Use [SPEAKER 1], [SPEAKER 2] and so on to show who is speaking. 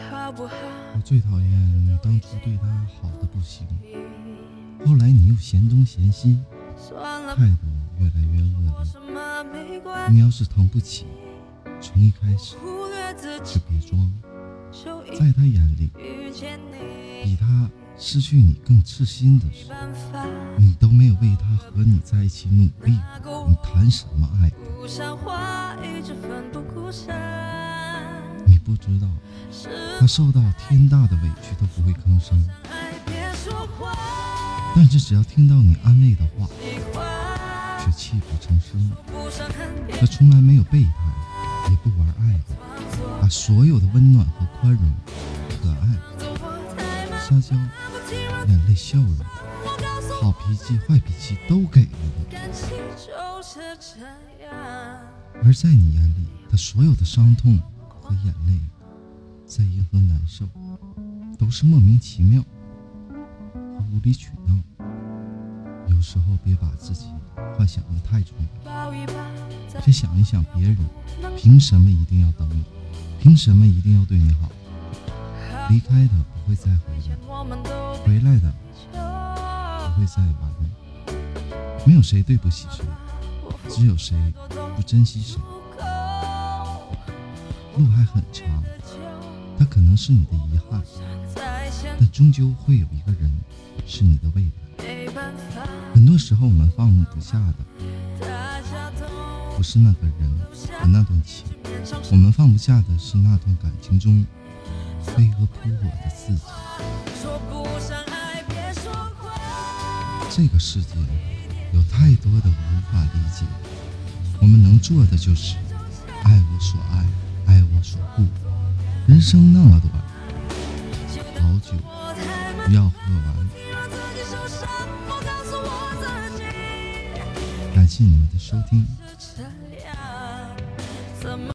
[SPEAKER 1] 我最讨厌你当初对他好的不行，后来你又嫌东嫌西，态度越来越恶劣。你要是疼不起，从一开始就别装。在他眼里，比他失去你更刺心的是，你都没有为他和你在一起努力过，你谈什么爱？你不知道，他受到天大的委屈都不会吭声，但是只要听到你安慰的话，却泣不成声。他从来没有备胎，也不玩爱的，把所有的温暖和宽容、可爱、撒娇、眼泪、笑容、好脾气、坏脾气都给了你。而在你眼里，他所有的伤痛和眼泪、在意和难受，都是莫名其妙和无理取闹。有时候别把自己幻想得太重要，再想一想别人凭什么一定要等你，凭什么一定要对你好？离开的不会再回来，回来的不会再完了。没有谁对不起谁，只有谁不珍惜谁。路还很长，它可能是你的遗憾，但终究会有一个人是你的未来。很多时候我们放不下的不是那个人和那段情，我们放不下的是那段感情中飞蛾扑火的自己。这个世界有太多的无法理解，我们能做的就是爱我所爱，爱我所护。人生那么短，好酒不要喝完。感谢你们的收听。